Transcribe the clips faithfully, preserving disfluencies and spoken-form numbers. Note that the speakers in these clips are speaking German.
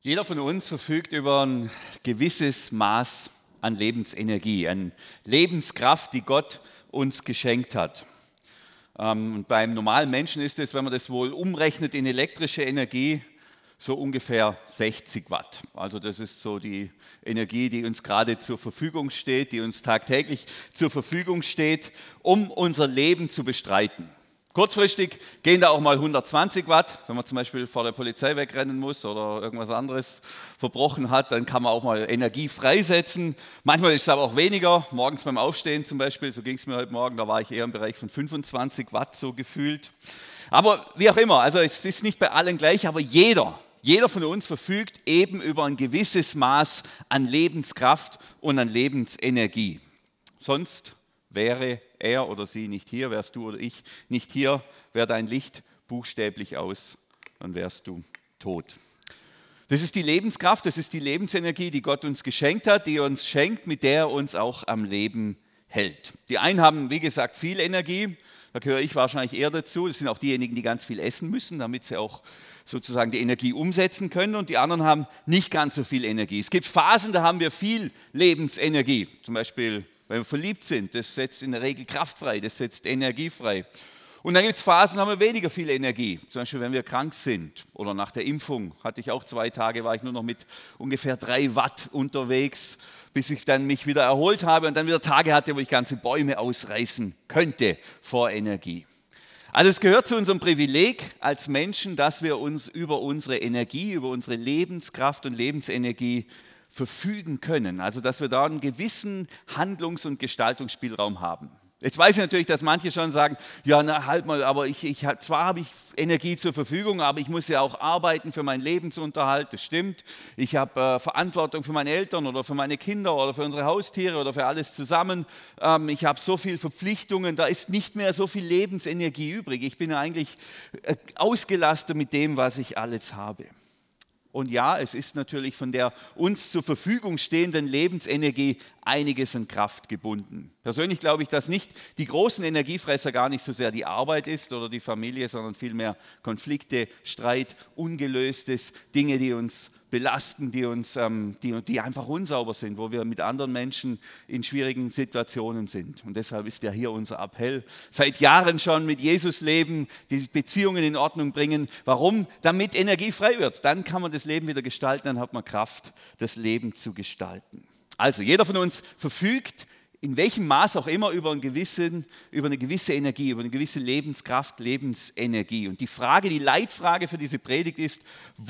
Jeder von uns verfügt über ein gewisses Maß an Lebensenergie, an Lebenskraft, die Gott uns geschenkt hat. Ähm, Und beim normalen Menschen ist es, wenn man das wohl umrechnet in elektrische Energie, so ungefähr sechzig Watt. Also das ist so die Energie, die uns gerade zur Verfügung steht, die uns tagtäglich zur Verfügung steht, um unser Leben zu bestreiten. Kurzfristig gehen da auch mal hundertzwanzig Watt, wenn man zum Beispiel vor der Polizei wegrennen muss oder irgendwas anderes verbrochen hat, dann kann man auch mal Energie freisetzen. Manchmal ist es aber auch weniger, morgens beim Aufstehen zum Beispiel, so ging es mir heute Morgen, da war ich eher im Bereich von fünfundzwanzig Watt so gefühlt. Aber wie auch immer, also es ist nicht bei allen gleich, aber jeder, jeder von uns verfügt eben über ein gewisses Maß an Lebenskraft und an Lebensenergie. Sonst wäre er oder sie nicht hier, wärst du oder ich nicht hier, wäre dein Licht buchstäblich aus, dann wärst du tot. Das ist die Lebenskraft, das ist die Lebensenergie, die Gott uns geschenkt hat, die er uns schenkt, mit der er uns auch am Leben hält. Die einen haben, wie gesagt, viel Energie, da gehöre ich wahrscheinlich eher dazu. Das sind auch diejenigen, die ganz viel essen müssen, damit sie auch sozusagen die Energie umsetzen können. Und die anderen haben nicht ganz so viel Energie. Es gibt Phasen, da haben wir viel Lebensenergie, zum Beispiel wenn wir verliebt sind, das setzt in der Regel Kraft frei, das setzt Energie frei. Und dann gibt es Phasen, da haben wir weniger viel Energie, zum Beispiel wenn wir krank sind oder nach der Impfung. Hatte ich auch zwei Tage, war ich nur noch mit ungefähr drei Watt unterwegs, bis ich dann mich wieder erholt habe und dann wieder Tage hatte, wo ich ganze Bäume ausreißen könnte vor Energie. Also es gehört zu unserem Privileg als Menschen, dass wir uns über unsere Energie, über unsere Lebenskraft und Lebensenergie verfügen können, also dass wir da einen gewissen Handlungs- und Gestaltungsspielraum haben. Jetzt weiß ich natürlich, dass manche schon sagen, ja, na halt mal, aber ich, ich zwar habe ich Energie zur Verfügung, aber ich muss ja auch arbeiten für meinen Lebensunterhalt, das stimmt. Ich habe äh, Verantwortung für meine Eltern oder für meine Kinder oder für unsere Haustiere oder für alles zusammen. Ähm, ich habe so viele Verpflichtungen, da ist nicht mehr so viel Lebensenergie übrig. Ich bin ja eigentlich äh, ausgelastet mit dem, was ich alles habe. Und ja, es ist natürlich von der uns zur Verfügung stehenden Lebensenergie einiges an Kraft gebunden. Persönlich glaube ich, dass nicht die großen Energiefresser gar nicht so sehr die Arbeit ist oder die Familie, sondern vielmehr Konflikte, Streit, Ungelöstes, Dinge, die uns belasten, die, uns, ähm, die, die einfach unsauber sind, wo wir mit anderen Menschen in schwierigen Situationen sind. Und deshalb ist ja hier unser Appell, seit Jahren schon mit Jesus leben, die Beziehungen in Ordnung bringen. Warum? Damit Energie frei wird. Dann kann man das Leben wieder gestalten, dann hat man Kraft, das Leben zu gestalten. Also jeder von uns verfügt in welchem Maß auch immer über, einen gewissen, über eine gewisse Energie, über eine gewisse Lebenskraft, Lebensenergie. Und die Frage, die Leitfrage für diese Predigt ist,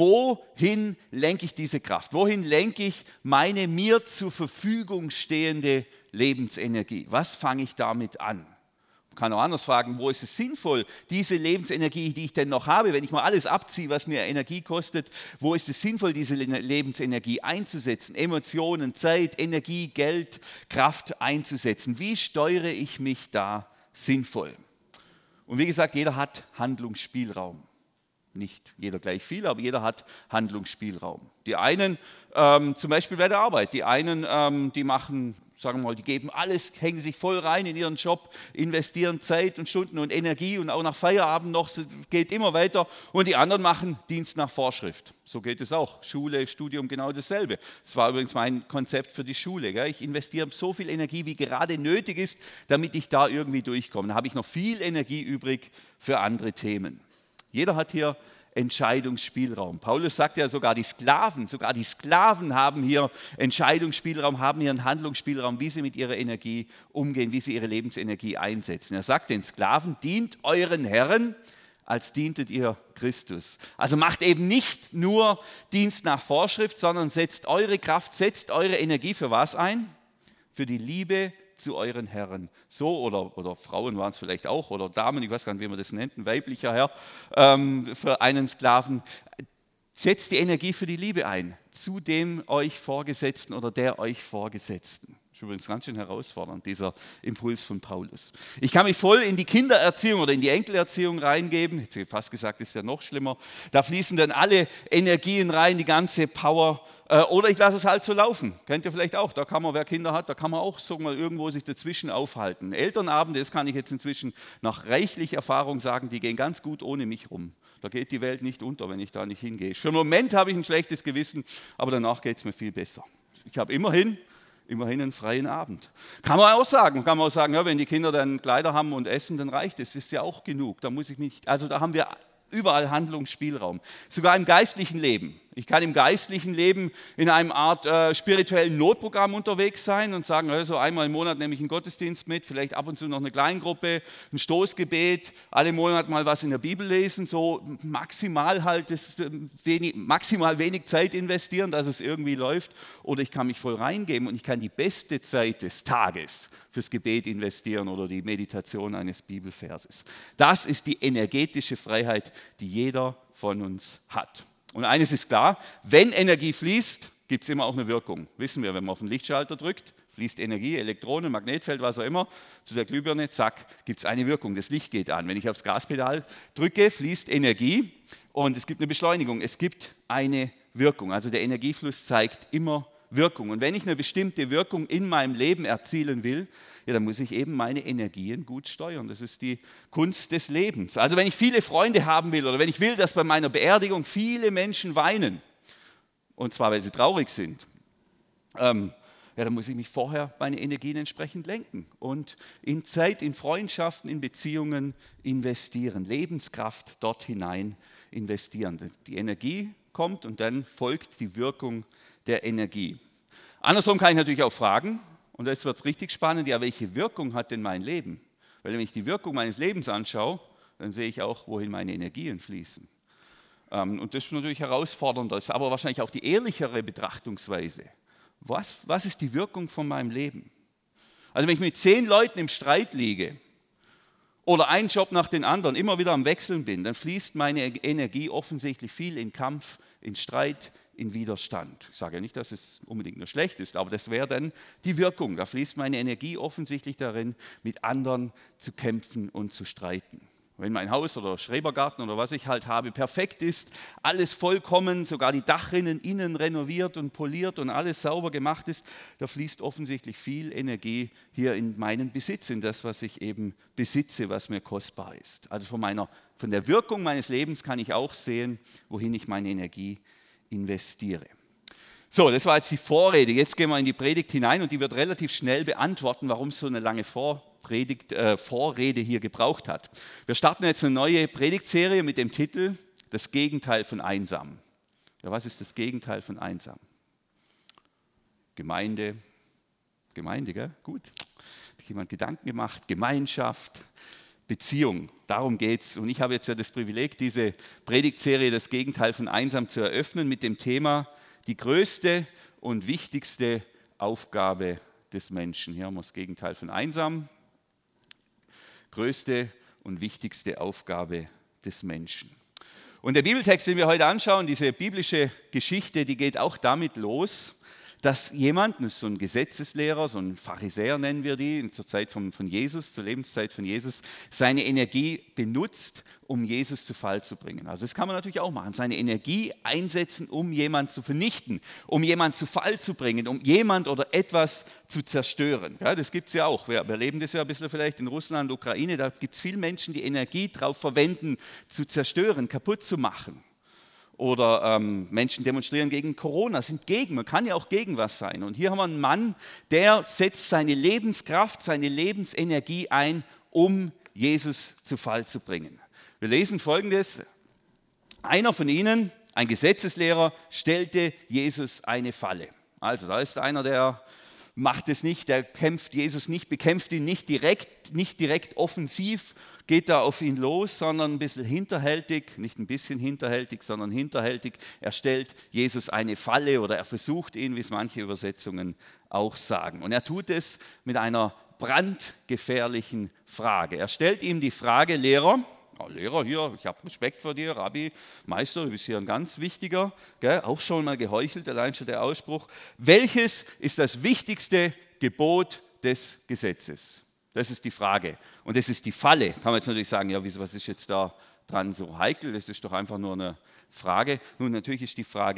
wohin lenke ich diese Kraft? Wohin lenke ich meine mir zur Verfügung stehende Lebensenergie? Was fange ich damit an? Man kann auch anders fragen, wo ist es sinnvoll, diese Lebensenergie, die ich denn noch habe, wenn ich mal alles abziehe, was mir Energie kostet, wo ist es sinnvoll, diese Lebensenergie einzusetzen? Emotionen, Zeit, Energie, Geld, Kraft einzusetzen. Wie steuere ich mich da sinnvoll? Und wie gesagt, jeder hat Handlungsspielraum. Nicht jeder gleich viel, aber jeder hat Handlungsspielraum. Die einen, ähm, zum Beispiel bei der Arbeit, die einen, ähm, die machen, sagen wir mal, die geben alles, hängen sich voll rein in ihren Job, investieren Zeit und Stunden und Energie und auch nach Feierabend noch, geht immer weiter. Und die anderen machen Dienst nach Vorschrift. So geht es auch. Schule, Studium, genau dasselbe. Das war übrigens mein Konzept für die Schule. Gell? Ich investiere so viel Energie, wie gerade nötig ist, damit ich da irgendwie durchkomme. Dann habe ich noch viel Energie übrig für andere Themen. Jeder hat hier Entscheidungsspielraum. Paulus sagt ja sogar die Sklaven, sogar die Sklaven haben hier Entscheidungsspielraum, haben hier einen Handlungsspielraum, wie sie mit ihrer Energie umgehen, wie sie ihre Lebensenergie einsetzen. Er sagt den Sklaven, dient euren Herren, als dientet ihr Christus. Also macht eben nicht nur Dienst nach Vorschrift, sondern setzt eure Kraft, setzt eure Energie für was ein? Für die Liebe zu euren Herren. So, oder, oder Frauen waren es vielleicht auch, oder Damen, ich weiß gar nicht, wie man das nennt, ein weiblicher Herr, ähm, für einen Sklaven. Setzt die Energie für die Liebe ein, zu dem euch Vorgesetzten oder der euch Vorgesetzten. Das ist übrigens ganz schön herausfordernd, dieser Impuls von Paulus. Ich kann mich voll in die Kindererziehung oder in die Enkelerziehung reingeben. Jetzt fast gesagt, ist ja noch schlimmer. Da fließen dann alle Energien rein, die ganze Power Oder ich lasse es halt so laufen. Kennt ihr vielleicht auch. Da kann man, wer Kinder hat, da kann man auch so mal irgendwo sich dazwischen aufhalten. Elternabende, das kann ich jetzt inzwischen nach reichlich Erfahrung sagen, die gehen ganz gut ohne mich rum. Da geht die Welt nicht unter, wenn ich da nicht hingehe. Für einen Moment habe ich ein schlechtes Gewissen, aber danach geht es mir viel besser. Ich habe immerhin, immerhin einen freien Abend. Kann man auch sagen. Kann man auch sagen, ja, wenn die Kinder dann Kleider haben und essen, dann reicht es. Das ist ja auch genug. Da muss ich mich, also da haben wir überall Handlungsspielraum. Sogar im geistlichen Leben. Ich kann im geistlichen Leben in einem Art äh, spirituellen Notprogramm unterwegs sein und sagen, also einmal im Monat nehme ich einen Gottesdienst mit, vielleicht ab und zu noch eine Kleingruppe, ein Stoßgebet, alle Monat mal was in der Bibel lesen, so maximal halt das, wenig, maximal wenig Zeit investieren, dass es irgendwie läuft. Oder ich kann mich voll reingeben und ich kann die beste Zeit des Tages fürs Gebet investieren oder die Meditation eines Bibelverses. Das ist die energetische Freiheit, die jeder von uns hat. Und eines ist klar, wenn Energie fließt, gibt es immer auch eine Wirkung. Wissen wir, wenn man auf den Lichtschalter drückt, fließt Energie, Elektronen, Magnetfeld, was auch immer, zu der Glühbirne, zack, gibt es eine Wirkung. Das Licht geht an. Wenn ich aufs Gaspedal drücke, fließt Energie und es gibt eine Beschleunigung. Es gibt eine Wirkung. Also der Energiefluss zeigt immer Wirkung. Und wenn ich eine bestimmte Wirkung in meinem Leben erzielen will, ja, dann muss ich eben meine Energien gut steuern. Das ist die Kunst des Lebens. Also wenn ich viele Freunde haben will oder wenn ich will, dass bei meiner Beerdigung viele Menschen weinen, und zwar weil sie traurig sind, ähm, ja, dann muss ich mich vorher meine Energien entsprechend lenken und in Zeit, in Freundschaften, in Beziehungen investieren, Lebenskraft dort hinein investieren. Die Energie kommt und dann folgt die Wirkung der Energie. Andersrum kann ich natürlich auch fragen, und jetzt wird es richtig spannend, ja, welche Wirkung hat denn mein Leben? Weil wenn ich die Wirkung meines Lebens anschaue, dann sehe ich auch, wohin meine Energien fließen. Ähm, und das ist natürlich herausfordernd, das ist aber wahrscheinlich auch die ehrlichere Betrachtungsweise. Was, was ist die Wirkung von meinem Leben? Also wenn ich mit zehn Leuten im Streit liege oder einen Job nach den anderen immer wieder am Wechseln bin, dann fließt meine Energie offensichtlich viel in Kampf, in Streit, in Widerstand. Ich sage ja nicht, dass es unbedingt nur schlecht ist, aber das wäre dann die Wirkung. Da fließt meine Energie offensichtlich darin, mit anderen zu kämpfen und zu streiten. Wenn mein Haus oder Schrebergarten oder was ich halt habe perfekt ist, alles vollkommen, sogar die Dachrinnen innen renoviert und poliert und alles sauber gemacht ist, da fließt offensichtlich viel Energie hier in meinen Besitz, in das, was ich eben besitze, was mir kostbar ist. Also von, meiner, von der Wirkung meines Lebens kann ich auch sehen, wohin ich meine Energie investiere. So, das war jetzt die Vorrede. Jetzt gehen wir in die Predigt hinein und die wird relativ schnell beantworten, warum es so eine lange Vorpredigt, äh, Vorrede hier gebraucht hat. Wir starten jetzt eine neue Predigtserie mit dem Titel Das Gegenteil von einsam. Ja, was ist das Gegenteil von einsam? Gemeinde, Gemeinde, gell? Gut. Hat jemand Gedanken gemacht? Gemeinschaft, Beziehung, darum geht es. Und ich habe jetzt ja das Privileg, diese Predigtserie Das Gegenteil von einsam zu eröffnen mit dem Thema die größte und wichtigste Aufgabe des Menschen. Hier haben wir das Gegenteil von einsam. Größte und wichtigste Aufgabe des Menschen. Und der Bibeltext, den wir heute anschauen, diese biblische Geschichte, die geht auch damit los, dass jemand, so ein Gesetzeslehrer, so ein Pharisäer nennen wir die, zur Zeit von, von Jesus, zur Lebenszeit von Jesus, seine Energie benutzt, um Jesus zu Fall zu bringen. Also das kann man natürlich auch machen, seine Energie einsetzen, um jemanden zu vernichten, um jemanden zu Fall zu bringen, um jemand oder etwas zu zerstören. Ja, das gibt es ja auch. Wir, wir erleben das ja ein bisschen vielleicht in Russland, Ukraine, da gibt es viele Menschen, die Energie darauf verwenden, zu zerstören, kaputt zu machen. Oder ähm, Menschen demonstrieren gegen Corona, sind gegen, man kann ja auch gegen was sein. Und hier haben wir einen Mann, der setzt seine Lebenskraft, seine Lebensenergie ein, um Jesus zu Fall zu bringen. Wir lesen Folgendes: Einer von ihnen, ein Gesetzeslehrer, stellte Jesus eine Falle. Also da ist einer, der macht es nicht, der kämpft Jesus nicht, bekämpft ihn nicht direkt, nicht direkt offensiv, geht da auf ihn los, sondern ein bisschen hinterhältig, nicht ein bisschen hinterhältig, sondern hinterhältig. Er stellt Jesus eine Falle oder er versucht ihn, wie es manche Übersetzungen auch sagen. Und er tut es mit einer brandgefährlichen Frage. Er stellt ihm die Frage: Lehrer, oh, Lehrer hier, ich habe Respekt vor dir, Rabbi, Meister, du bist hier ein ganz wichtiger, gell? Auch schon mal geheuchelt, allein schon der Ausspruch. Welches ist das wichtigste Gebot des Gesetzes? Das ist die Frage. Und das ist die Falle. Kann man jetzt natürlich sagen, ja, was ist jetzt da dran so heikel? Das ist doch einfach nur eine Frage. Nun, natürlich ist die Frage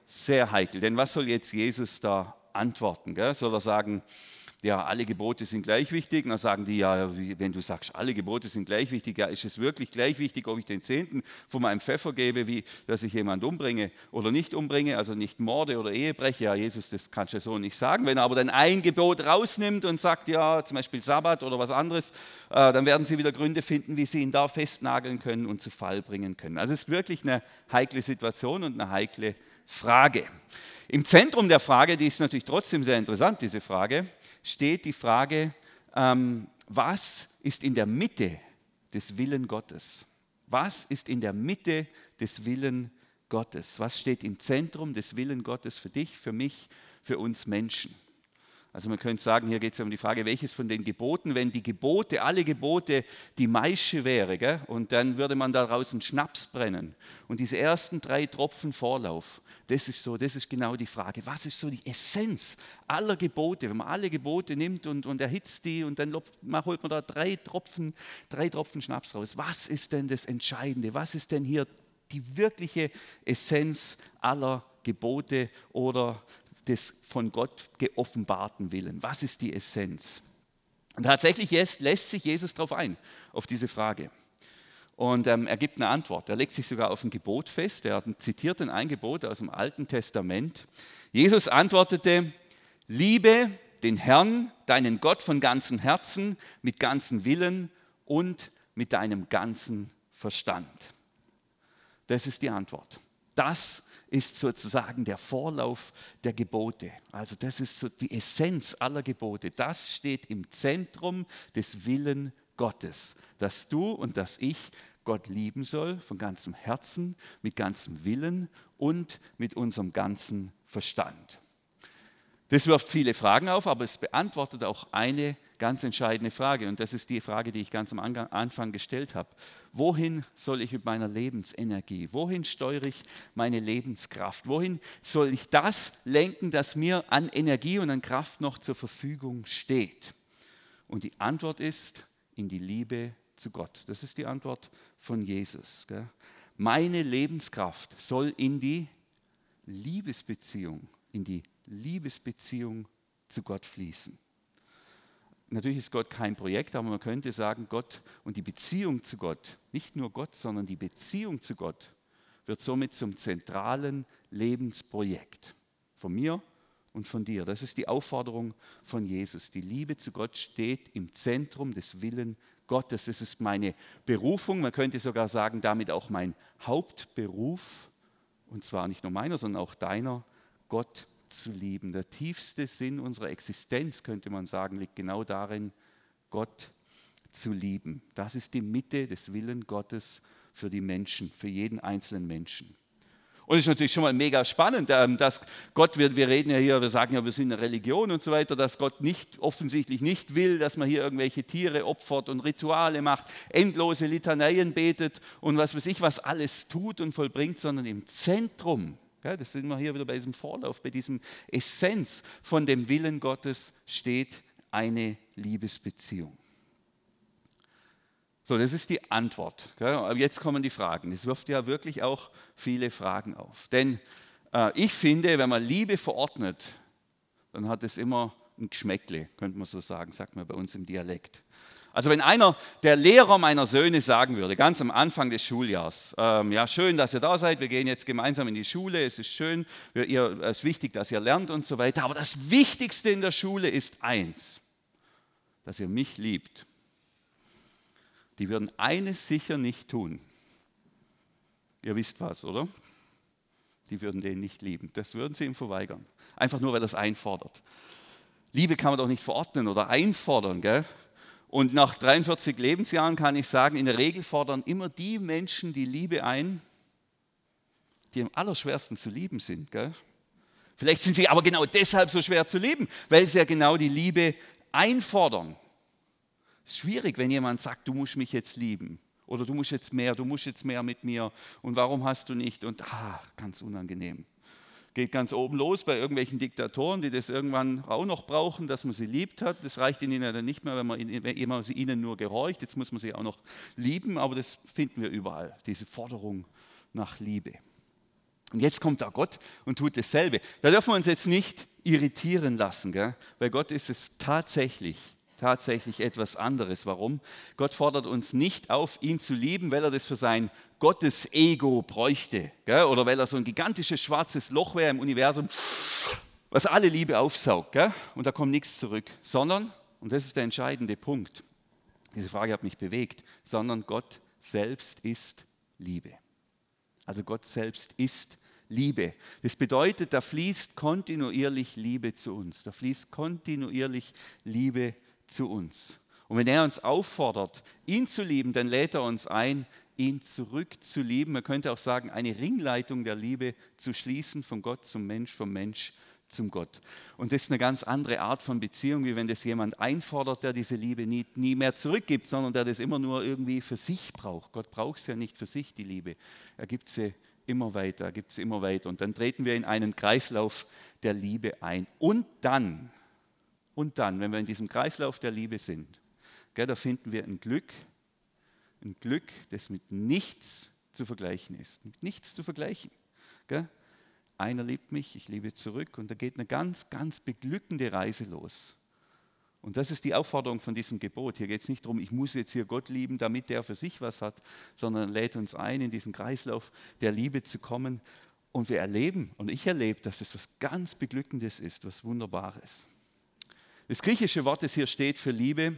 sehr heikel. Denn was soll jetzt Jesus da antworten? Gell? Soll er sagen, ja, alle Gebote sind gleich wichtig? Und dann sagen die, ja, wenn du sagst, alle Gebote sind gleich wichtig, ja, ist es wirklich gleich wichtig, ob ich den Zehnten von meinem Pfeffer gebe, wie dass ich jemanden umbringe oder nicht umbringe, also nicht morde oder Ehe breche? Ja, Jesus, das kannst du ja so nicht sagen. Wenn er aber dann ein Gebot rausnimmt und sagt, ja, zum Beispiel Sabbat oder was anderes, äh, dann werden sie wieder Gründe finden, wie sie ihn da festnageln können und zu Fall bringen können. Also es ist wirklich eine heikle Situation und eine heikle Frage. Im Zentrum der Frage, die ist natürlich trotzdem sehr interessant, diese Frage, steht die Frage, ähm, was ist in der Mitte des Willen Gottes? Was ist in der Mitte des Willen Gottes? Was steht im Zentrum des Willen Gottes für dich, für mich, für uns Menschen? Also man könnte sagen, hier geht es ja um die Frage, welches von den Geboten, wenn die Gebote, alle Gebote die Maische wäre, gell? Und dann würde man daraus einen Schnaps brennen. Und diese ersten drei Tropfen Vorlauf, das ist so, das ist genau die Frage, was ist so die Essenz aller Gebote? Wenn man alle Gebote nimmt und, und erhitzt die und dann lopft, man, holt man da drei Tropfen, drei Tropfen Schnaps raus. Was ist denn das Entscheidende? Was ist denn hier die wirkliche Essenz aller Gebote oder des von Gott geoffenbarten Willen? Was ist die Essenz? Und tatsächlich jetzt lässt sich Jesus darauf ein, auf diese Frage. Und ähm, er gibt eine Antwort. Er legt sich sogar auf ein Gebot fest. Er zitiert ein Gebot aus dem Alten Testament. Jesus antwortete, liebe den Herrn, deinen Gott von ganzem Herzen, mit ganzem Willen und mit deinem ganzen Verstand. Das ist die Antwort. Das ist sozusagen der Vorlauf der Gebote. Also das ist so die Essenz aller Gebote. Das steht im Zentrum des Willens Gottes, dass du und dass ich Gott lieben soll von ganzem Herzen, mit ganzem Willen und mit unserem ganzen Verstand. Das wirft viele Fragen auf, aber es beantwortet auch eine ganz entscheidende Frage. Und das ist die Frage, die ich ganz am Anfang gestellt habe. Wohin soll ich mit meiner Lebensenergie, wohin steuere ich meine Lebenskraft? Wohin soll ich das lenken, das mir an Energie und an Kraft noch zur Verfügung steht? Und die Antwort ist in die Liebe zu Gott. Das ist die Antwort von Jesus. Gell? Meine Lebenskraft soll in die Liebesbeziehung, in die Liebesbeziehung zu Gott fließen. Natürlich ist Gott kein Projekt, aber man könnte sagen, Gott und die Beziehung zu Gott, nicht nur Gott, sondern die Beziehung zu Gott wird somit zum zentralen Lebensprojekt von mir und von dir. Das ist die Aufforderung von Jesus. Die Liebe zu Gott steht im Zentrum des Willens Gottes. Das ist meine Berufung, man könnte sogar sagen, damit auch mein Hauptberuf, und zwar nicht nur meiner, sondern auch deiner, Gott zu lieben. Der tiefste Sinn unserer Existenz, könnte man sagen, liegt genau darin, Gott zu lieben. Das ist die Mitte des Willens Gottes für die Menschen, für jeden einzelnen Menschen. Und es ist natürlich schon mal mega spannend, dass Gott, wir, wir reden ja hier, wir sagen ja, wir sind eine Religion und so weiter, dass Gott nicht, offensichtlich nicht will, dass man hier irgendwelche Tiere opfert und Rituale macht, endlose Litaneien betet und was weiß ich, was alles tut und vollbringt, sondern im Zentrum, das sind wir hier wieder bei diesem Vorlauf, bei diesem Essenz von dem Willen Gottes steht eine Liebesbeziehung. So, das ist die Antwort. Aber jetzt kommen die Fragen. Es wirft ja wirklich auch viele Fragen auf. Denn äh, ich finde, wenn man Liebe verordnet, dann hat es immer ein Geschmäckle, könnte man so sagen, sagt man bei uns im Dialekt. Also wenn einer, der Lehrer meiner Söhne sagen würde, ganz am Anfang des Schuljahres, ähm, ja schön, dass ihr da seid, wir gehen jetzt gemeinsam in die Schule, es ist schön, wir, ihr, es ist wichtig, dass ihr lernt und so weiter, aber das Wichtigste in der Schule ist eins, dass ihr mich liebt. Die würden eines sicher nicht tun. Ihr wisst was, oder? Die würden den nicht lieben, das würden sie ihm verweigern, einfach nur, weil er es einfordert. Liebe kann man doch nicht verordnen oder einfordern, gell? Und nach dreiundvierzig Lebensjahren kann ich sagen, in der Regel fordern immer die Menschen die Liebe ein, die am allerschwersten zu lieben sind. Gell? Vielleicht sind sie aber genau deshalb so schwer zu lieben, weil sie ja genau die Liebe einfordern. Es ist schwierig, wenn jemand sagt, du musst mich jetzt lieben oder du musst jetzt mehr, du musst jetzt mehr mit mir und warum hast du nicht und ah, ganz unangenehm. Geht ganz oben los bei irgendwelchen Diktatoren, die das irgendwann auch noch brauchen, dass man sie liebt hat. Das reicht ihnen ja dann nicht mehr, wenn man immer ihnen nur gehorcht. Jetzt muss man sie auch noch lieben, aber das finden wir überall, diese Forderung nach Liebe. Und jetzt kommt da Gott und tut dasselbe. Da dürfen wir uns jetzt nicht irritieren lassen, gell? Weil Gott ist es tatsächlich, tatsächlich etwas anderes. Warum? Gott fordert uns nicht auf, ihn zu lieben, weil er das für sein Gottes-Ego bräuchte, gell? Oder weil er so ein gigantisches schwarzes Loch wäre im Universum, was alle Liebe aufsaugt, gell? Und da kommt nichts zurück. Sondern, und das ist der entscheidende Punkt, diese Frage hat mich bewegt, sondern Gott selbst ist Liebe. Also Gott selbst ist Liebe. Das bedeutet, da fließt kontinuierlich Liebe zu uns. Da fließt kontinuierlich Liebe zu uns. Und wenn er uns auffordert, ihn zu lieben, dann lädt er uns ein, ihn zurückzulieben. Man könnte auch sagen, eine Ringleitung der Liebe zu schließen, von Gott zum Mensch, vom Mensch zum Gott. Und das ist eine ganz andere Art von Beziehung, wie wenn das jemand einfordert, der diese Liebe nie, nie mehr zurückgibt, sondern der das immer nur irgendwie für sich braucht. Gott braucht es ja nicht für sich, die Liebe. Er gibt sie immer weiter, er gibt sie immer weiter. Und dann treten wir in einen Kreislauf der Liebe ein. Und dann, und dann, wenn wir in diesem Kreislauf der Liebe sind, gell, da finden wir ein Glück, ein Glück, das mit nichts zu vergleichen ist. Mit nichts zu vergleichen. Gell? Einer liebt mich, ich liebe zurück und da geht eine ganz, ganz beglückende Reise los. Und das ist die Aufforderung von diesem Gebot. Hier geht es nicht darum, ich muss jetzt hier Gott lieben, damit der für sich was hat, sondern er lädt uns ein, in diesen Kreislauf der Liebe zu kommen. Und wir erleben, und ich erlebe, dass es was ganz Beglückendes ist, was Wunderbares. Das griechische Wort, das hier steht für Liebe,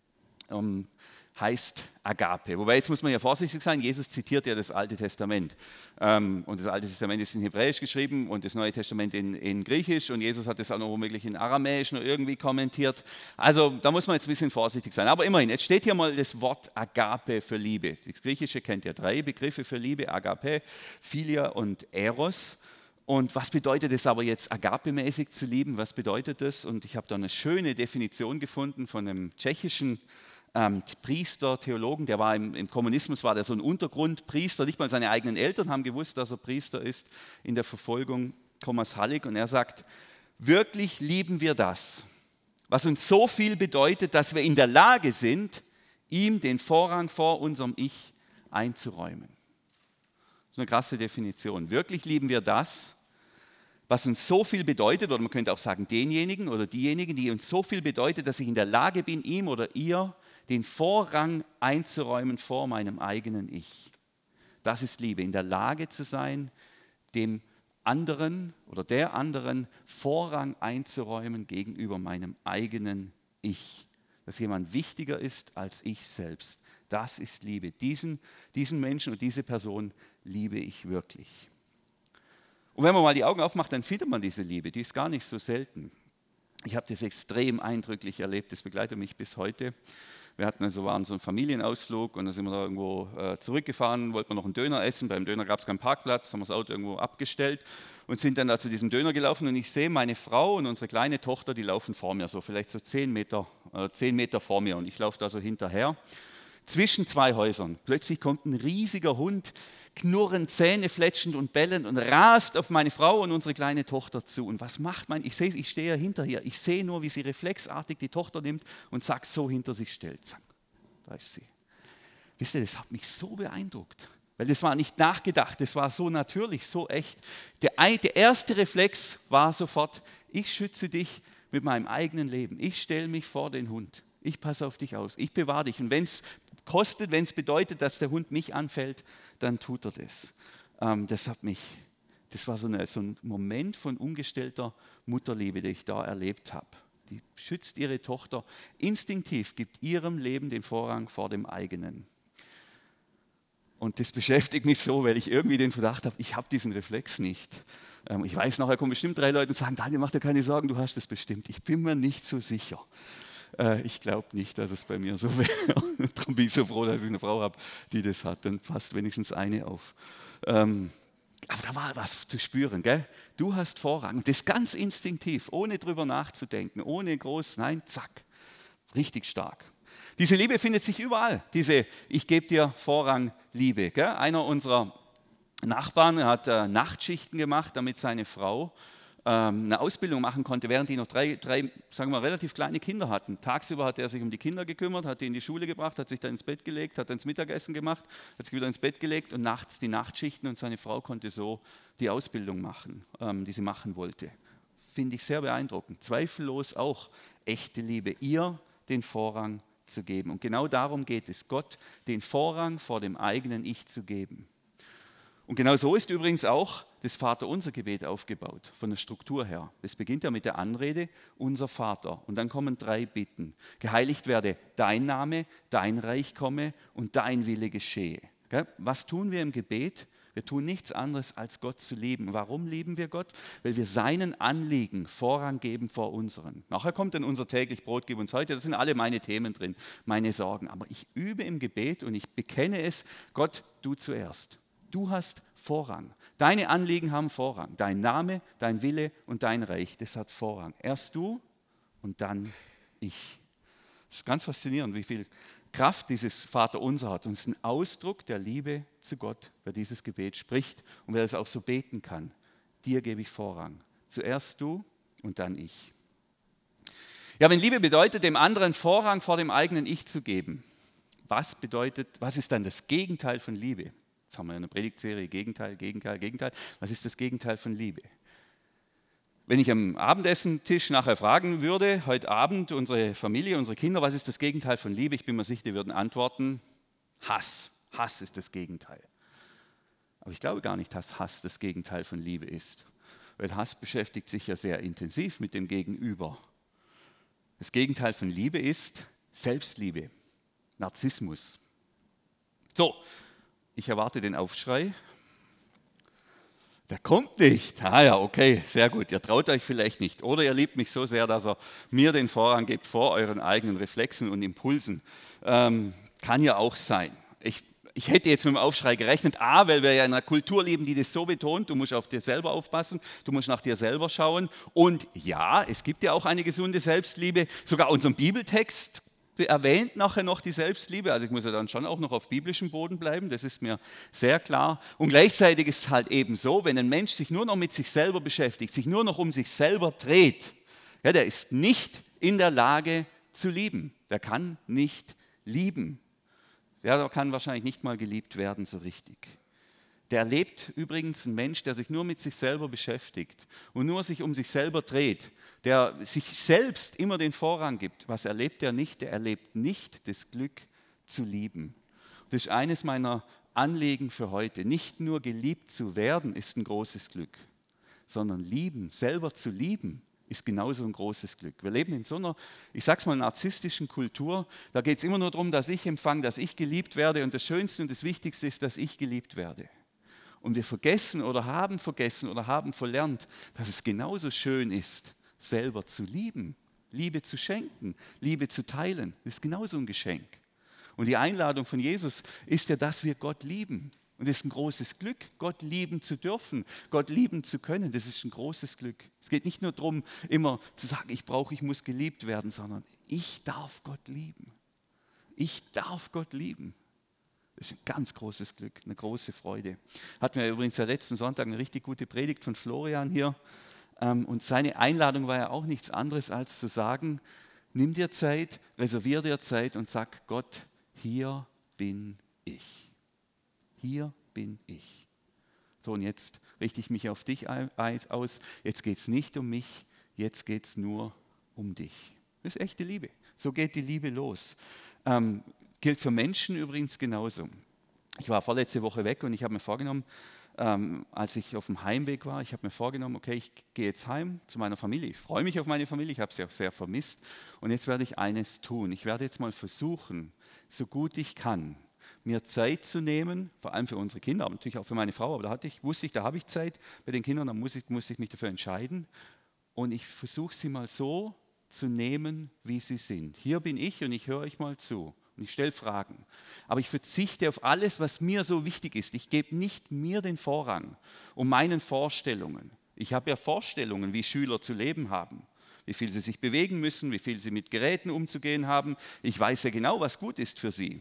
um, heißt Agape. Wobei, jetzt muss man ja vorsichtig sein, Jesus zitiert ja das Alte Testament. Ähm, und das Alte Testament ist in Hebräisch geschrieben und das Neue Testament in, in Griechisch und Jesus hat das auch noch womöglich in Aramäisch noch irgendwie kommentiert. Also da muss man jetzt ein bisschen vorsichtig sein. Aber immerhin, jetzt steht hier mal das Wort Agape für Liebe. Das Griechische kennt ja drei Begriffe für Liebe, Agape, Philia und Eros. Und was bedeutet es aber jetzt, agapemäßig zu lieben? Was bedeutet das? Und ich habe da eine schöne Definition gefunden von einem tschechischen Ähm, Priester, Theologen, der war im, im Kommunismus, war der so ein Untergrundpriester, nicht mal seine eigenen Eltern haben gewusst, dass er Priester ist in der Verfolgung, Thomas Hallig, und er sagt, wirklich lieben wir das, was uns so viel bedeutet, dass wir in der Lage sind, ihm den Vorrang vor unserem Ich einzuräumen. Das ist eine krasse Definition. Wirklich lieben wir das, was uns so viel bedeutet, oder man könnte auch sagen denjenigen oder diejenigen, die uns so viel bedeutet, dass ich in der Lage bin, ihm oder ihr den Vorrang einzuräumen vor meinem eigenen Ich. Das ist Liebe, in der Lage zu sein, dem anderen oder der anderen Vorrang einzuräumen gegenüber meinem eigenen Ich. Dass jemand wichtiger ist als ich selbst. Das ist Liebe. Diesen, diesen Menschen und diese Person liebe ich wirklich. Und wenn man mal die Augen aufmacht, dann findet man diese Liebe. Die ist gar nicht so selten. Ich habe das extrem eindrücklich erlebt. Das begleitet mich bis heute. Wir hatten also, waren so einen Familienausflug und dann sind wir da irgendwo äh, zurückgefahren, wollten wir noch einen Döner essen. Beim Döner gab es keinen Parkplatz, haben wir das Auto irgendwo abgestellt und sind dann da zu diesem Döner gelaufen und ich sehe meine Frau und unsere kleine Tochter, die laufen vor mir, so vielleicht so zehn Meter, äh, zehn Meter vor mir und ich laufe da so hinterher. Zwischen zwei Häusern. Plötzlich kommt ein riesiger Hund, knurrend, zähnefletschend und bellend und rast auf meine Frau und unsere kleine Tochter zu. Und was macht mein, ich sehe, ich stehe ja hinter ihr, ich sehe nur, wie sie reflexartig die Tochter nimmt und zack, so hinter sich stellt. Zack, da ist sie. Wisst ihr, das hat mich so beeindruckt, weil das war nicht nachgedacht, das war so natürlich, so echt. Der, der erste Reflex war sofort, ich schütze dich mit meinem eigenen Leben. Ich stelle mich vor den Hund. Ich passe auf dich aus, ich bewahre dich. Und wenn es kostet, wenn es bedeutet, dass der Hund mich anfällt, dann tut er das. Ähm, das hat mich, das war so, eine, so ein Moment von ungestellter Mutterliebe, den ich da erlebt habe. Die schützt ihre Tochter instinktiv, gibt ihrem Leben den Vorrang vor dem eigenen. Und das beschäftigt mich so, weil ich irgendwie den Verdacht habe, ich habe diesen Reflex nicht. Ähm, ich weiß, nachher kommen bestimmt drei Leute und sagen, Daniel, mach dir keine Sorgen, du hast das bestimmt. Ich bin mir nicht so sicher. Ich glaube nicht, dass es bei mir so wäre. Darum bin ich so froh, dass ich eine Frau habe, die das hat. Dann passt wenigstens eine auf. Ähm, aber da war was zu spüren, gell? Du hast Vorrang. Das ganz instinktiv, ohne drüber nachzudenken, ohne groß, nein, zack. Richtig stark. Diese Liebe findet sich überall. Diese Ich gebe dir Vorrang Liebe. Gell? Einer unserer Nachbarn hat äh, Nachtschichten gemacht, damit seine Frau ähm, eine Ausbildung machen konnte, während die noch drei, drei, sagen wir mal, relativ kleine Kinder hatten. Tagsüber hat er sich um die Kinder gekümmert, hat die in die Schule gebracht, hat sich dann ins Bett gelegt, hat dann das Mittagessen gemacht, hat sich wieder ins Bett gelegt und nachts die Nachtschichten und seine Frau konnte so die Ausbildung machen, ähm, die sie machen wollte. Finde ich sehr beeindruckend. Zweifellos auch echte Liebe, ihr den Vorrang zu geben. Und genau darum geht es, Gott den Vorrang vor dem eigenen Ich zu geben. Und genau so ist übrigens auch das Vaterunser-Gebet aufgebaut, von der Struktur her. Es beginnt ja mit der Anrede, unser Vater. Und dann kommen drei Bitten. Geheiligt werde dein Name, dein Reich komme und dein Wille geschehe. Was tun wir im Gebet? Wir tun nichts anderes, als Gott zu lieben. Warum lieben wir Gott? Weil wir seinen Anliegen Vorrang geben vor unseren. Nachher kommt dann unser täglich Brot, gib uns heute. Das sind alle meine Themen drin, meine Sorgen. Aber ich übe im Gebet und ich bekenne es, Gott, du zuerst. Du hast Vorrang. Deine Anliegen haben Vorrang. Dein Name, dein Wille und dein Reich, das hat Vorrang. Erst du und dann ich. Es ist ganz faszinierend, wie viel Kraft dieses Vaterunser hat. Und es ist ein Ausdruck der Liebe zu Gott, wer dieses Gebet spricht und wer es auch so beten kann. Dir gebe ich Vorrang. Zuerst du und dann ich. Ja, wenn Liebe bedeutet, dem anderen Vorrang vor dem eigenen Ich zu geben, was bedeutet, was ist dann das Gegenteil von Liebe? Jetzt haben wir eine Predigtserie, Gegenteil, Gegenteil, Gegenteil. Was ist das Gegenteil von Liebe? Wenn ich am Abendessentisch nachher fragen würde, heute Abend unsere Familie, unsere Kinder, was ist das Gegenteil von Liebe? Ich bin mir sicher, die würden antworten, Hass. Hass ist das Gegenteil. Aber ich glaube gar nicht, dass Hass das Gegenteil von Liebe ist. Weil Hass beschäftigt sich ja sehr intensiv mit dem Gegenüber. Das Gegenteil von Liebe ist Selbstliebe, Narzissmus. So. Ich erwarte den Aufschrei. Der kommt nicht. Ah ja, okay, sehr gut. Ihr traut euch vielleicht nicht. Oder ihr liebt mich so sehr, dass er mir den Vorrang gibt vor euren eigenen Reflexen und Impulsen. Ähm, kann ja auch sein. Ich, ich hätte jetzt mit dem Aufschrei gerechnet. A, weil wir ja in einer Kultur leben, die das so betont. Du musst auf dir selber aufpassen. Du musst nach dir selber schauen. Und ja, es gibt ja auch eine gesunde Selbstliebe. Sogar unseren Bibeltext erwähnt nachher noch die Selbstliebe, also ich muss ja dann schon auch noch auf biblischem Boden bleiben, das ist mir sehr klar. Und gleichzeitig ist es halt eben so, wenn ein Mensch sich nur noch mit sich selber beschäftigt, sich nur noch um sich selber dreht, ja, der ist nicht in der Lage zu lieben. Der kann nicht lieben. Ja, der kann wahrscheinlich nicht mal geliebt werden so richtig. Der erlebt übrigens ein Mensch, der sich nur mit sich selber beschäftigt und nur sich um sich selber dreht, der sich selbst immer den Vorrang gibt. Was erlebt er nicht? Der erlebt nicht das Glück zu lieben. Das ist eines meiner Anliegen für heute. Nicht nur geliebt zu werden ist ein großes Glück, sondern lieben, selber zu lieben, ist genauso ein großes Glück. Wir leben in so einer, ich sag's mal, narzisstischen Kultur. Da geht es immer nur darum, dass ich empfange, dass ich geliebt werde und das Schönste und das Wichtigste ist, dass ich geliebt werde. Und wir vergessen oder haben vergessen oder haben verlernt, dass es genauso schön ist, selber zu lieben, Liebe zu schenken, Liebe zu teilen. Das ist genauso ein Geschenk. Und die Einladung von Jesus ist ja, dass wir Gott lieben. Und es ist ein großes Glück, Gott lieben zu dürfen, Gott lieben zu können. Das ist ein großes Glück. Es geht nicht nur darum, immer zu sagen, ich brauche, ich muss geliebt werden, sondern ich darf Gott lieben. Ich darf Gott lieben. Das ist ein ganz großes Glück, eine große Freude. Hatten wir übrigens ja letzten Sonntag eine richtig gute Predigt von Florian hier. Und seine Einladung war ja auch nichts anderes, als zu sagen, nimm dir Zeit, reservier dir Zeit und sag Gott, hier bin ich. Hier bin ich. So, und jetzt richte ich mich auf dich aus. Jetzt geht es nicht um mich, jetzt geht es nur um dich. Das ist echte Liebe. So geht die Liebe los. Ähm, gilt für Menschen übrigens genauso. Ich war vorletzte Woche weg und ich habe mir vorgenommen, ähm, als ich auf dem Heimweg war, ich habe mir vorgenommen, okay, ich gehe jetzt heim zu meiner Familie. Ich freue mich auf meine Familie, ich habe sie auch sehr vermisst. Und jetzt werde ich eines tun. Ich werde jetzt mal versuchen, so gut ich kann, mir Zeit zu nehmen, vor allem für unsere Kinder, aber natürlich auch für meine Frau. Aber da hatte ich, wusste ich, da habe ich Zeit bei den Kindern, da muss ich, musste ich mich dafür entscheiden. Und ich versuche sie mal so zu nehmen, wie sie sind. Hier bin ich und ich höre euch mal zu. Und ich stelle Fragen. Aber ich verzichte auf alles, was mir so wichtig ist. Ich gebe nicht mir den Vorrang um meinen Vorstellungen. Ich habe ja Vorstellungen, wie Schüler zu leben haben, wie viel sie sich bewegen müssen, wie viel sie mit Geräten umzugehen haben. Ich weiß ja genau, was gut ist für sie.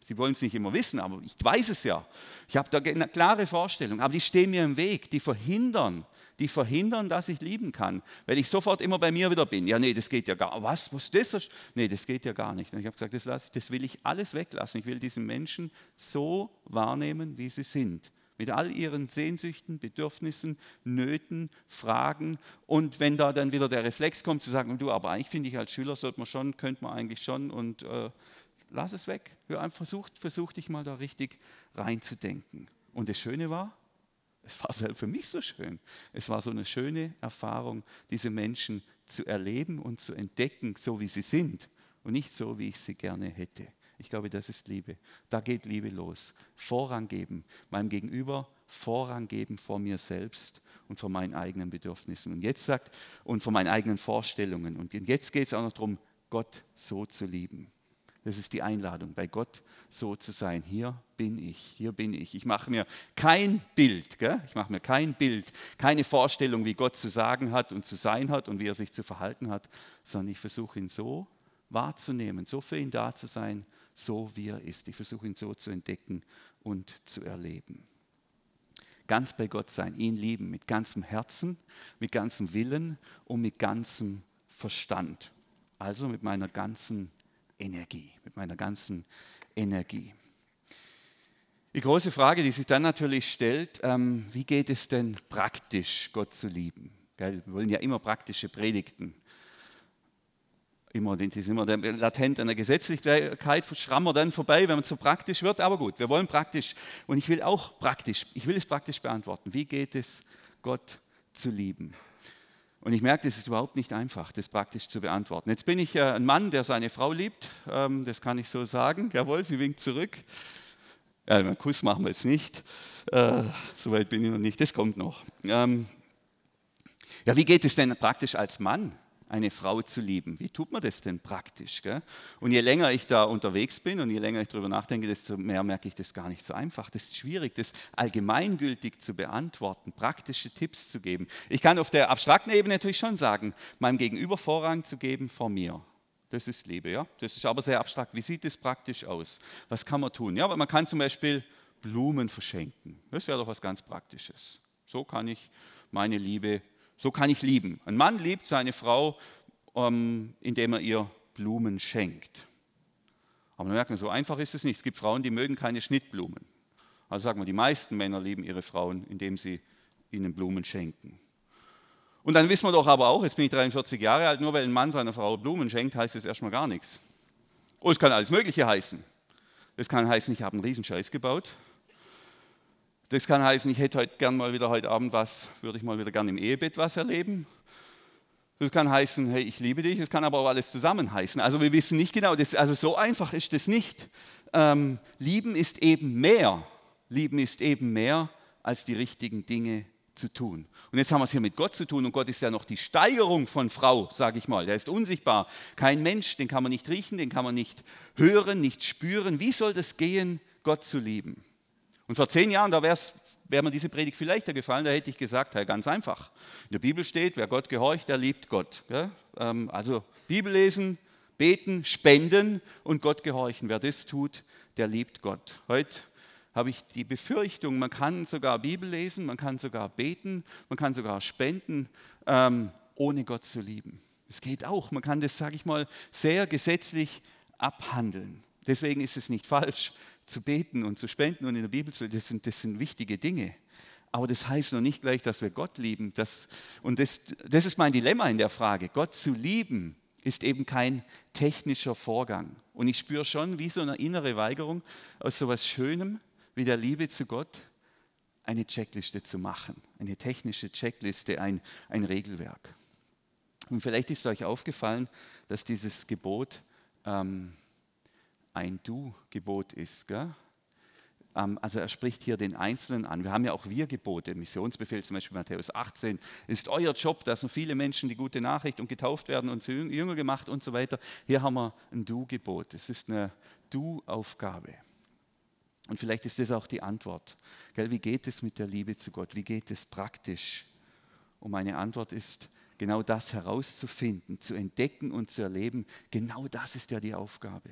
Sie wollen es nicht immer wissen, aber ich weiß es ja. Ich habe da eine klare Vorstellung, aber die stehen mir im Weg, die verhindern, die verhindern, dass ich lieben kann, weil ich sofort immer bei mir wieder bin. Ja, nee, das geht ja gar nicht. Was, was ist das? Nee, das geht ja gar nicht. Und ich habe gesagt, das, lass, das will ich alles weglassen. Ich will diese Menschen so wahrnehmen, wie sie sind. Mit all ihren Sehnsüchten, Bedürfnissen, Nöten, Fragen. Und wenn da dann wieder der Reflex kommt, zu sagen, du, aber eigentlich finde ich, als Schüler sollte man schon, könnte man eigentlich schon und äh, lass es weg. Hör einfach, versuch, versuch dich mal da richtig reinzudenken. Und das Schöne war, es war selbst für mich so schön. Es war so eine schöne Erfahrung, diese Menschen zu erleben und zu entdecken, so wie sie sind und nicht so, wie ich sie gerne hätte. Ich glaube, das ist Liebe. Da geht Liebe los. Vorrang geben, meinem Gegenüber Vorrang geben vor mir selbst und vor meinen eigenen Bedürfnissen. Und jetzt sagt, und vor meinen eigenen Vorstellungen. Und jetzt geht es auch noch darum, Gott so zu lieben. Das ist die Einladung, bei Gott so zu sein. Hier bin ich, hier bin ich. Ich mache mir kein Bild, gell? Ich mache mir kein Bild, keine Vorstellung, wie Gott zu sagen hat und zu sein hat und wie er sich zu verhalten hat, sondern ich versuche ihn so wahrzunehmen, so für ihn da zu sein, so wie er ist. Ich versuche ihn so zu entdecken und zu erleben. Ganz bei Gott sein, ihn lieben mit ganzem Herzen, mit ganzem Willen und mit ganzem Verstand. Also mit meiner ganzen Energie, mit meiner ganzen Energie. Die große Frage, die sich dann natürlich stellt, ähm, wie geht es denn praktisch, Gott zu lieben? Gell? Wir wollen ja immer praktische Predigten. Immer, das ist immer latent an der Gesetzlichkeit, schrammen wir dann vorbei, wenn man zu praktisch wird. Aber gut, wir wollen praktisch und ich will auch praktisch, ich will es praktisch beantworten. Wie geht es, Gott zu lieben? Und ich merke, es ist überhaupt nicht einfach, das praktisch zu beantworten. Jetzt bin ich ein Mann, der seine Frau liebt, das kann ich so sagen. Jawohl, sie winkt zurück. Ja, einen Kuss machen wir jetzt nicht. Äh, Soweit bin ich noch nicht, das kommt noch. Ähm, ja, wie geht es denn praktisch als Mann, eine Frau zu lieben? Wie tut man das denn praktisch? Gell? Und je länger ich da unterwegs bin und je länger ich darüber nachdenke, desto mehr merke ich, das ist gar nicht so einfach. Das ist schwierig, das allgemeingültig zu beantworten, praktische Tipps zu geben. Ich kann auf der abstrakten Ebene natürlich schon sagen, meinem Gegenüber Vorrang zu geben vor mir. Das ist Liebe, ja. Das ist aber sehr abstrakt. Wie sieht es praktisch aus? Was kann man tun? Ja, man kann zum Beispiel Blumen verschenken. Das wäre doch was ganz Praktisches. So kann ich meine Liebe So kann ich lieben. Ein Mann liebt seine Frau, ähm, indem er ihr Blumen schenkt. Aber man merkt, so einfach ist es nicht. Es gibt Frauen, die mögen keine Schnittblumen. Also sagen wir, die meisten Männer lieben ihre Frauen, indem sie ihnen Blumen schenken. Und dann wissen wir doch aber auch, jetzt bin ich dreiundvierzig Jahre alt, nur weil ein Mann seiner Frau Blumen schenkt, heißt das erstmal gar nichts. Oh, es kann alles Mögliche heißen. Das kann heißen, ich habe einen riesen Scheiß gebaut. Das kann heißen, ich hätte heute gern mal wieder heute Abend was, würde ich mal wieder gern im Ehebett was erleben. Das kann heißen, hey, ich liebe dich. Das kann aber auch alles zusammen heißen. Also wir wissen nicht genau, das, also so einfach ist das nicht. Ähm, Lieben ist eben mehr. Lieben ist eben mehr, als die richtigen Dinge zu tun. Und jetzt haben wir es hier mit Gott zu tun und Gott ist ja noch die Steigerung von Frau, sage ich mal. Der ist unsichtbar. Kein Mensch, den kann man nicht riechen, den kann man nicht hören, nicht spüren. Wie soll das gehen, Gott zu lieben? Und vor zehn Jahren, da wäre mir diese Predigt viel leichter gefallen, da hätte ich gesagt, hey, ganz einfach. In der Bibel steht, wer Gott gehorcht, der liebt Gott. Gell? Also Bibel lesen, beten, spenden und Gott gehorchen. Wer das tut, der liebt Gott. Heute habe ich die Befürchtung, man kann sogar Bibel lesen, man kann sogar beten, man kann sogar spenden, ähm, ohne Gott zu lieben. Es geht auch, man kann das, sage ich mal, sehr gesetzlich abhandeln. Deswegen ist es nicht falsch, zu beten und zu spenden und in der Bibel zu lesen, das sind, das sind wichtige Dinge. Aber das heißt noch nicht gleich, dass wir Gott lieben. Das, und das, das ist mein Dilemma in der Frage. Gott zu lieben ist eben kein technischer Vorgang. Und ich spüre schon wie so eine innere Weigerung, aus so etwas Schönem wie der Liebe zu Gott eine Checkliste zu machen. Eine technische Checkliste, ein, ein Regelwerk. Und vielleicht ist euch aufgefallen, dass dieses Gebot ähm, ein Du-Gebot ist. Gell? Ähm, also er spricht hier den Einzelnen an. Wir haben ja auch Wir-Gebote, Missionsbefehl zum Beispiel Matthäus achtzehn. Es ist euer Job, da sind viele Menschen die gute Nachricht und getauft werden und zu Jünger gemacht und so weiter. Hier haben wir ein Du-Gebot. Es ist eine Du-Aufgabe. Und vielleicht ist das auch die Antwort. Gell? Wie geht es mit der Liebe zu Gott? Wie geht es praktisch? Und meine Antwort ist, genau das herauszufinden, zu entdecken und zu erleben, genau das ist ja die Aufgabe.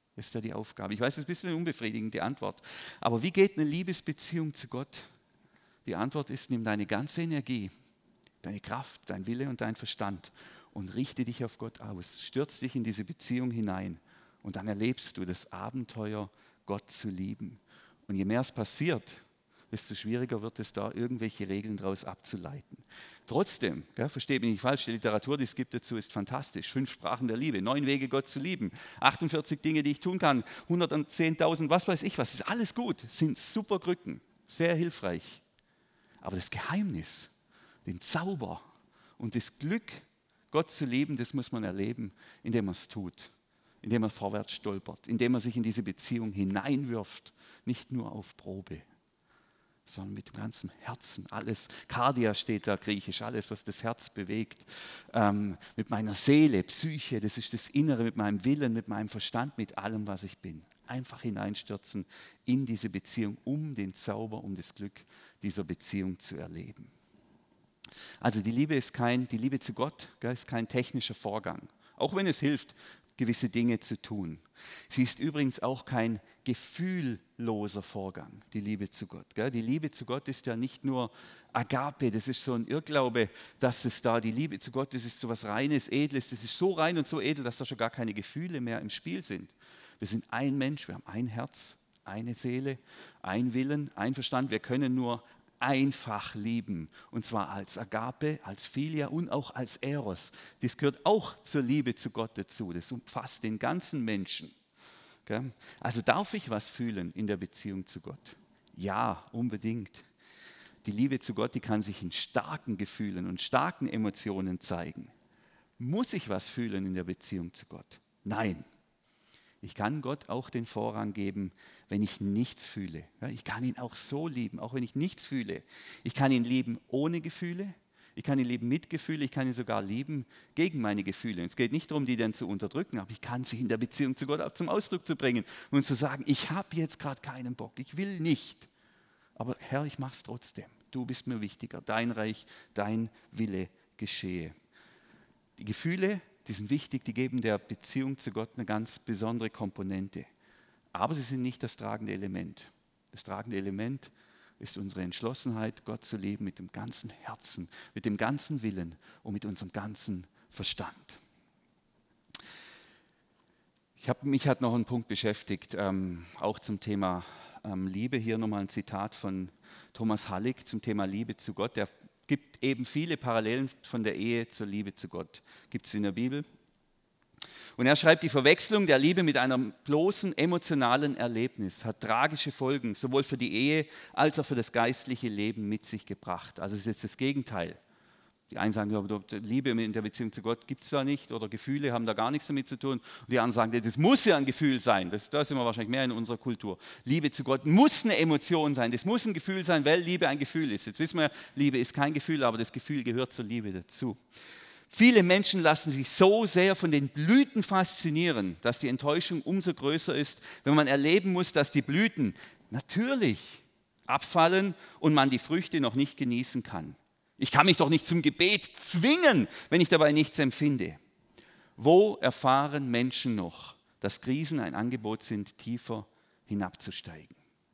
Das ist ja die Aufgabe. Ich weiß, das ist ein bisschen eine unbefriedigende Antwort. Aber wie geht eine Liebesbeziehung zu Gott? Die Antwort ist, nimm deine ganze Energie, deine Kraft, dein Wille und dein Verstand und richte dich auf Gott aus. Stürz dich in diese Beziehung hinein und dann erlebst du das Abenteuer, Gott zu lieben. Und je mehr es passiert, desto schwieriger wird es, da irgendwelche Regeln daraus abzuleiten. Trotzdem, gell, versteht mich nicht falsch, die Literatur, die es gibt dazu, ist fantastisch. Fünf Sprachen der Liebe, neun Wege, Gott zu lieben, achtundvierzig Dinge, die ich tun kann, hundertzehntausend, was weiß ich was, ist alles gut, sind super Krücken, sehr hilfreich. Aber das Geheimnis, den Zauber und das Glück, Gott zu lieben, das muss man erleben, indem man es tut, indem man vorwärts stolpert, indem man sich in diese Beziehung hineinwirft, nicht nur auf Probe, sondern mit dem ganzen Herzen, alles, Kardia steht da griechisch, alles, was das Herz bewegt, ähm, mit meiner Seele, Psyche, das ist das Innere, mit meinem Willen, mit meinem Verstand, mit allem, was ich bin. Einfach hineinstürzen in diese Beziehung, um den Zauber, um das Glück dieser Beziehung zu erleben. Also die Liebe ist kein, die Liebe zu Gott, gell, ist kein technischer Vorgang, auch wenn es hilft, gewisse Dinge zu tun. Sie ist übrigens auch kein gefühlloser Vorgang, die Liebe zu Gott. Gell? Die Liebe zu Gott ist ja nicht nur Agape, das ist so ein Irrglaube, dass es da, die Liebe zu Gott, das ist so was Reines, Edles, das ist so rein und so edel, dass da schon gar keine Gefühle mehr im Spiel sind. Wir sind ein Mensch, wir haben ein Herz, eine Seele, ein Willen, ein Verstand, wir können nur einfach lieben, und zwar als Agape, als Philia und auch als Eros. Das gehört auch zur Liebe zu Gott dazu, das umfasst den ganzen Menschen. Also darf ich was fühlen in der Beziehung zu Gott? Ja, unbedingt. Die Liebe zu Gott, die kann sich in starken Gefühlen und starken Emotionen zeigen. Muss ich was fühlen in der Beziehung zu Gott? Nein. Ich kann Gott auch den Vorrang geben, wenn ich nichts fühle. Ich kann ihn auch so lieben, auch wenn ich nichts fühle. Ich kann ihn lieben ohne Gefühle, ich kann ihn lieben mit Gefühle, ich kann ihn sogar lieben gegen meine Gefühle. Es geht nicht darum, die dann zu unterdrücken, aber ich kann sie in der Beziehung zu Gott auch zum Ausdruck zu bringen und zu sagen, ich habe jetzt gerade keinen Bock, ich will nicht. Aber Herr, ich mache es trotzdem. Du bist mir wichtiger, dein Reich, dein Wille geschehe. Die Gefühle, die sind wichtig, die geben der Beziehung zu Gott eine ganz besondere Komponente. Aber sie sind nicht das tragende Element. Das tragende Element ist unsere Entschlossenheit, Gott zu leben mit dem ganzen Herzen, mit dem ganzen Willen und mit unserem ganzen Verstand. Ich hab, mich hat noch ein Punkt beschäftigt, ähm, auch zum Thema ähm, Liebe. Hier nochmal ein Zitat von Thomas Hallig zum Thema Liebe zu Gott. Der gibt eben viele Parallelen von der Ehe zur Liebe zu Gott. Gibt es in der Bibel. Und er schreibt, die Verwechslung der Liebe mit einem bloßen emotionalen Erlebnis hat tragische Folgen, sowohl für die Ehe als auch für das geistliche Leben mit sich gebracht. Also es ist jetzt das Gegenteil. Die einen sagen, ja, Liebe in der Beziehung zu Gott gibt es da nicht oder Gefühle haben da gar nichts damit zu tun. Und die anderen sagen, das muss ja ein Gefühl sein. Das, da sind wir wahrscheinlich mehr in unserer Kultur. Liebe zu Gott muss eine Emotion sein. Das muss ein Gefühl sein, weil Liebe ein Gefühl ist. Jetzt wissen wir, Liebe ist kein Gefühl, aber das Gefühl gehört zur Liebe dazu. Viele Menschen lassen sich so sehr von den Blüten faszinieren, dass die Enttäuschung umso größer ist, wenn man erleben muss, dass die Blüten natürlich abfallen und man die Früchte noch nicht genießen kann. Ich kann mich doch nicht zum Gebet zwingen, wenn ich dabei nichts empfinde. Wo erfahren Menschen noch, dass Krisen ein Angebot sind, tiefer hinabzusteigen?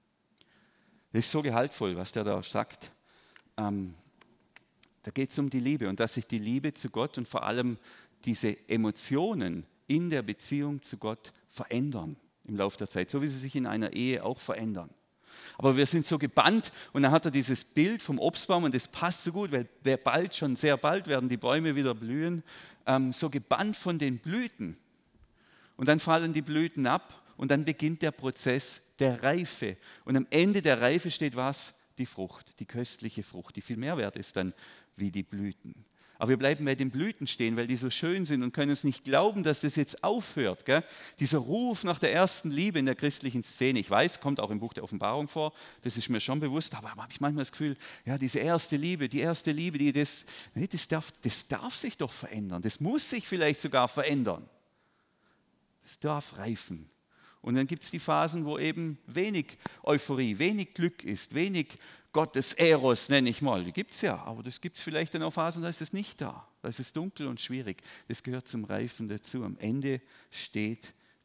Das ist so gehaltvoll, was der da sagt. Ähm, da geht es um die Liebe und dass sich die Liebe zu Gott und vor allem diese Emotionen in der Beziehung zu Gott verändern im Laufe der Zeit, so wie sie sich in einer Ehe auch verändern. Aber wir sind so gebannt und dann hat er dieses Bild vom Obstbaum und das passt so gut, weil bald, schon sehr bald werden die Bäume wieder blühen, ähm, so gebannt von den Blüten. Und dann fallen die Blüten ab und dann beginnt der Prozess der Reife. Und am Ende der Reife steht was? Die Frucht, die köstliche Frucht, die viel mehr wert ist dann wie die Blüten. Aber wir bleiben bei den Blüten stehen, weil die so schön sind und können uns nicht glauben, dass das jetzt aufhört. Gell? Dieser Ruf nach der ersten Liebe in der christlichen Szene, ich weiß, kommt auch im Buch der Offenbarung vor, das ist mir schon bewusst, aber habe ich manchmal das Gefühl, ja, diese erste Liebe, die erste Liebe, die das, nee, das, darf, das darf sich doch verändern, das muss sich vielleicht sogar verändern. Das darf reifen. Und dann gibt es die Phasen, wo eben wenig Euphorie, wenig Glück ist, wenig Gottes Eros, nenne ich mal. Die gibt es ja, aber das gibt es vielleicht dann auch Phasen, da ist es nicht da. Da ist es dunkel und schwierig. Das gehört zum Reifen dazu. Am Ende steht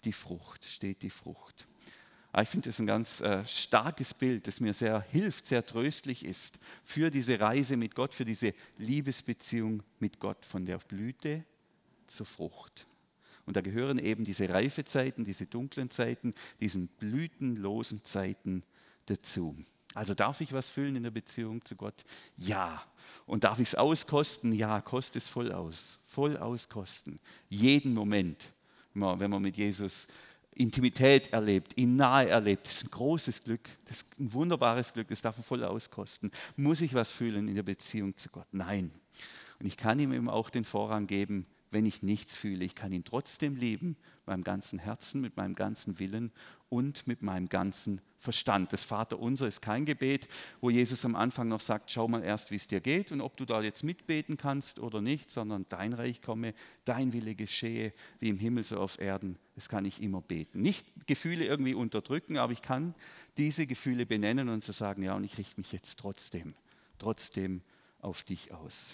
die Frucht, steht die Frucht. Aber ich finde das ein ganz äh, starkes Bild, das mir sehr hilft, sehr tröstlich ist für diese Reise mit Gott, für diese Liebesbeziehung mit Gott, von der Blüte zur Frucht. Und da gehören eben diese Reifezeiten, diese dunklen Zeiten, diesen blütenlosen Zeiten dazu. Also darf ich was füllen in der Beziehung zu Gott? Ja. Und darf ich es auskosten? Ja, koste es voll aus. Voll auskosten. Jeden Moment, wenn man mit Jesus Intimität erlebt, ihn nahe erlebt, das ist ein großes Glück, das ist ein wunderbares Glück, das darf man voll auskosten. Muss ich was fühlen in der Beziehung zu Gott? Nein. Und ich kann ihm eben auch den Vorrang geben, wenn ich nichts fühle. Ich kann ihn trotzdem lieben, mit meinem ganzen Herzen, mit meinem ganzen Willen und mit meinem ganzen Verstand. Das Vaterunser ist kein Gebet, wo Jesus am Anfang noch sagt, schau mal erst, wie es dir geht und ob du da jetzt mitbeten kannst oder nicht, sondern dein Reich komme, dein Wille geschehe, wie im Himmel so auf Erden. Das kann ich immer beten. Nicht Gefühle irgendwie unterdrücken, aber ich kann diese Gefühle benennen und so sagen, ja, und ich richte mich jetzt trotzdem, trotzdem auf dich aus.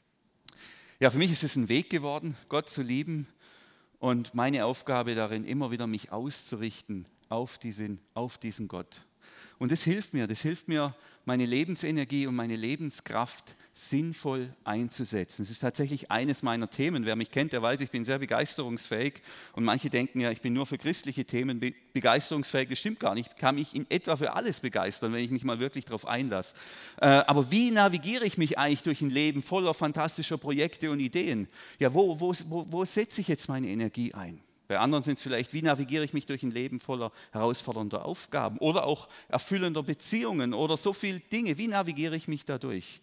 Ja, für mich ist es ein Weg geworden, Gott zu lieben und meine Aufgabe darin, immer wieder mich auszurichten auf diesen, auf diesen Gott. Und das hilft mir, das hilft mir, meine Lebensenergie und meine Lebenskraft sinnvoll einzusetzen. Das ist tatsächlich eines meiner Themen. Wer mich kennt, der weiß, ich bin sehr begeisterungsfähig. Und manche denken ja, ich bin nur für christliche Themen be- begeisterungsfähig. Das stimmt gar nicht. Ich kann mich in etwa für alles begeistern, wenn ich mich mal wirklich darauf einlasse. Äh, aber wie navigiere ich mich eigentlich durch ein Leben voller fantastischer Projekte und Ideen? Ja, wo, wo, wo, wo setze ich jetzt meine Energie ein? Bei anderen sind es vielleicht, wie navigiere ich mich durch ein Leben voller herausfordernder Aufgaben oder auch erfüllender Beziehungen oder so viele Dinge. Wie navigiere ich mich dadurch?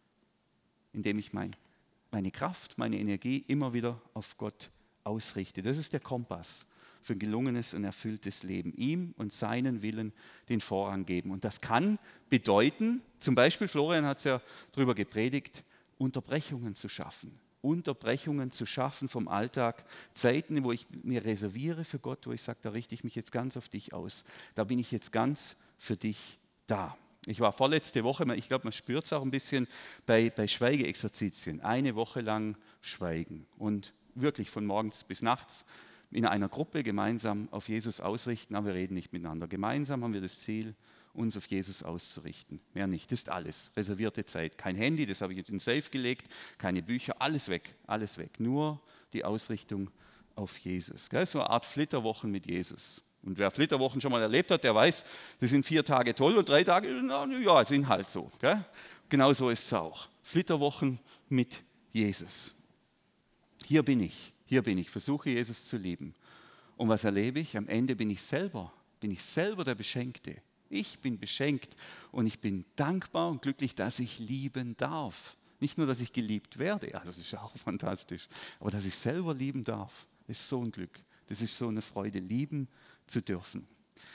Indem ich mein, meine Kraft, meine Energie immer wieder auf Gott ausrichte. Das ist der Kompass für ein gelungenes und erfülltes Leben. Ihm und seinen Willen den Vorrang geben. Und das kann bedeuten, zum Beispiel, Florian hat es ja darüber gepredigt, Unterbrechungen zu schaffen. Unterbrechungen zu schaffen vom Alltag, Zeiten, wo ich mir reserviere für Gott, wo ich sage, da richte ich mich jetzt ganz auf dich aus. Da bin ich jetzt ganz für dich da. Ich war vorletzte Woche, ich glaube, man spürt es auch ein bisschen bei, bei Schweigeexerzitien, eine Woche lang schweigen und wirklich von morgens bis nachts in einer Gruppe gemeinsam auf Jesus ausrichten, aber wir reden nicht miteinander. Gemeinsam haben wir das Ziel, uns auf Jesus auszurichten. Mehr nicht, das ist alles. Reservierte Zeit. Kein Handy, das habe ich in den Safe gelegt, keine Bücher, alles weg, alles weg. Nur die Ausrichtung auf Jesus. Gell? So eine Art Flitterwochen mit Jesus. Und wer Flitterwochen schon mal erlebt hat, der weiß, das sind vier Tage toll und drei Tage, na, ja, sind halt so. Gell? Genau so ist es auch. Flitterwochen mit Jesus. Hier bin ich, hier bin ich, versuche Jesus zu lieben. Und was erlebe ich? Am Ende bin ich selber, bin ich selber der Beschenkte. Ich bin beschenkt und ich bin dankbar und glücklich, dass ich lieben darf. Nicht nur, dass ich geliebt werde, also das ist auch fantastisch, aber dass ich selber lieben darf, ist so ein Glück. Das ist so eine Freude, lieben zu dürfen.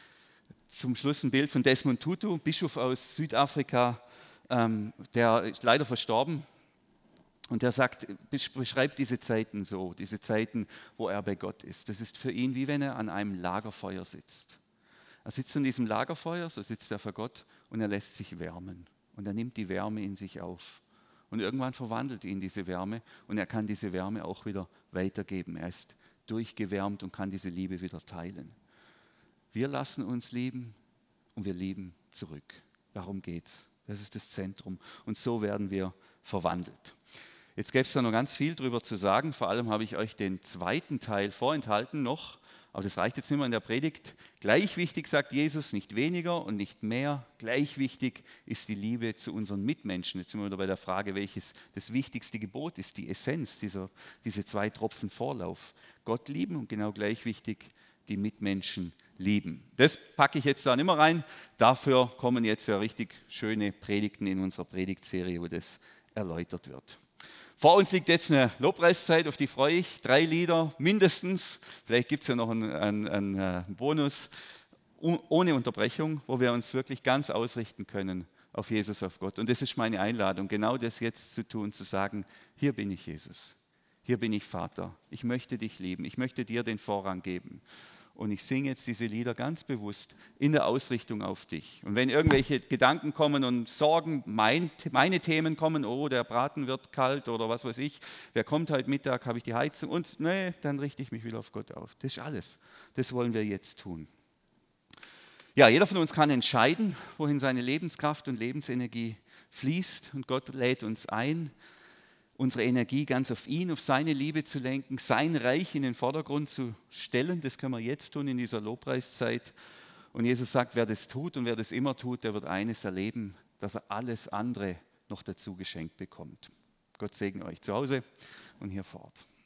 Zum Schluss ein Bild von Desmond Tutu, Bischof aus Südafrika, ähm, der ist leider verstorben. Und er sagt, beschreibt diese Zeiten so, diese Zeiten, wo er bei Gott ist. Das ist für ihn, wie wenn er an einem Lagerfeuer sitzt. Er sitzt an diesem Lagerfeuer, so sitzt er vor Gott und er lässt sich wärmen. Und er nimmt die Wärme in sich auf. Und irgendwann verwandelt ihn diese Wärme und er kann diese Wärme auch wieder weitergeben. Er ist durchgewärmt und kann diese Liebe wieder teilen. Wir lassen uns lieben und wir lieben zurück. Darum geht's. Das ist das Zentrum. Und so werden wir verwandelt. Jetzt gäbe es da noch ganz viel drüber zu sagen. Vor allem habe ich euch den zweiten Teil vorenthalten noch. Aber das reicht jetzt nicht mehr in der Predigt. Gleich wichtig, sagt Jesus, nicht weniger und nicht mehr. Gleich wichtig ist die Liebe zu unseren Mitmenschen. Jetzt sind wir wieder bei der Frage, welches das wichtigste Gebot ist, die Essenz, dieser, diese zwei Tropfen Vorlauf. Gott lieben und genau gleich wichtig, die Mitmenschen lieben. Das packe ich jetzt da nicht mehr rein. Dafür kommen jetzt ja richtig schöne Predigten in unserer Predigtserie, wo das erläutert wird. Vor uns liegt jetzt eine Lobpreiszeit, auf die freue ich. Drei Lieder mindestens. Vielleicht gibt es ja noch einen, einen, einen Bonus. Ohne Unterbrechung, wo wir uns wirklich ganz ausrichten können auf Jesus, auf Gott. Und das ist meine Einladung, genau das jetzt zu tun, zu sagen, hier bin ich Jesus. Hier bin ich Vater. Ich möchte dich lieben. Ich möchte dir den Vorrang geben. Und ich singe jetzt diese Lieder ganz bewusst in der Ausrichtung auf dich. Und wenn irgendwelche Gedanken kommen und Sorgen, mein, meine Themen kommen, oh, der Braten wird kalt oder was weiß ich, wer kommt heute Mittag, habe ich die Heizung und nee, dann richte ich mich wieder auf Gott auf. Das ist alles. Das wollen wir jetzt tun. Ja, jeder von uns kann entscheiden, wohin seine Lebenskraft und Lebensenergie fließt. Und Gott lädt uns ein, unsere Energie ganz auf ihn, auf seine Liebe zu lenken, sein Reich in den Vordergrund zu stellen. Das können wir jetzt tun in dieser Lobpreiszeit. Und Jesus sagt, wer das tut und wer das immer tut, der wird eines erleben, dass er alles andere noch dazu geschenkt bekommt. Gott segne euch zu Hause und hier fort.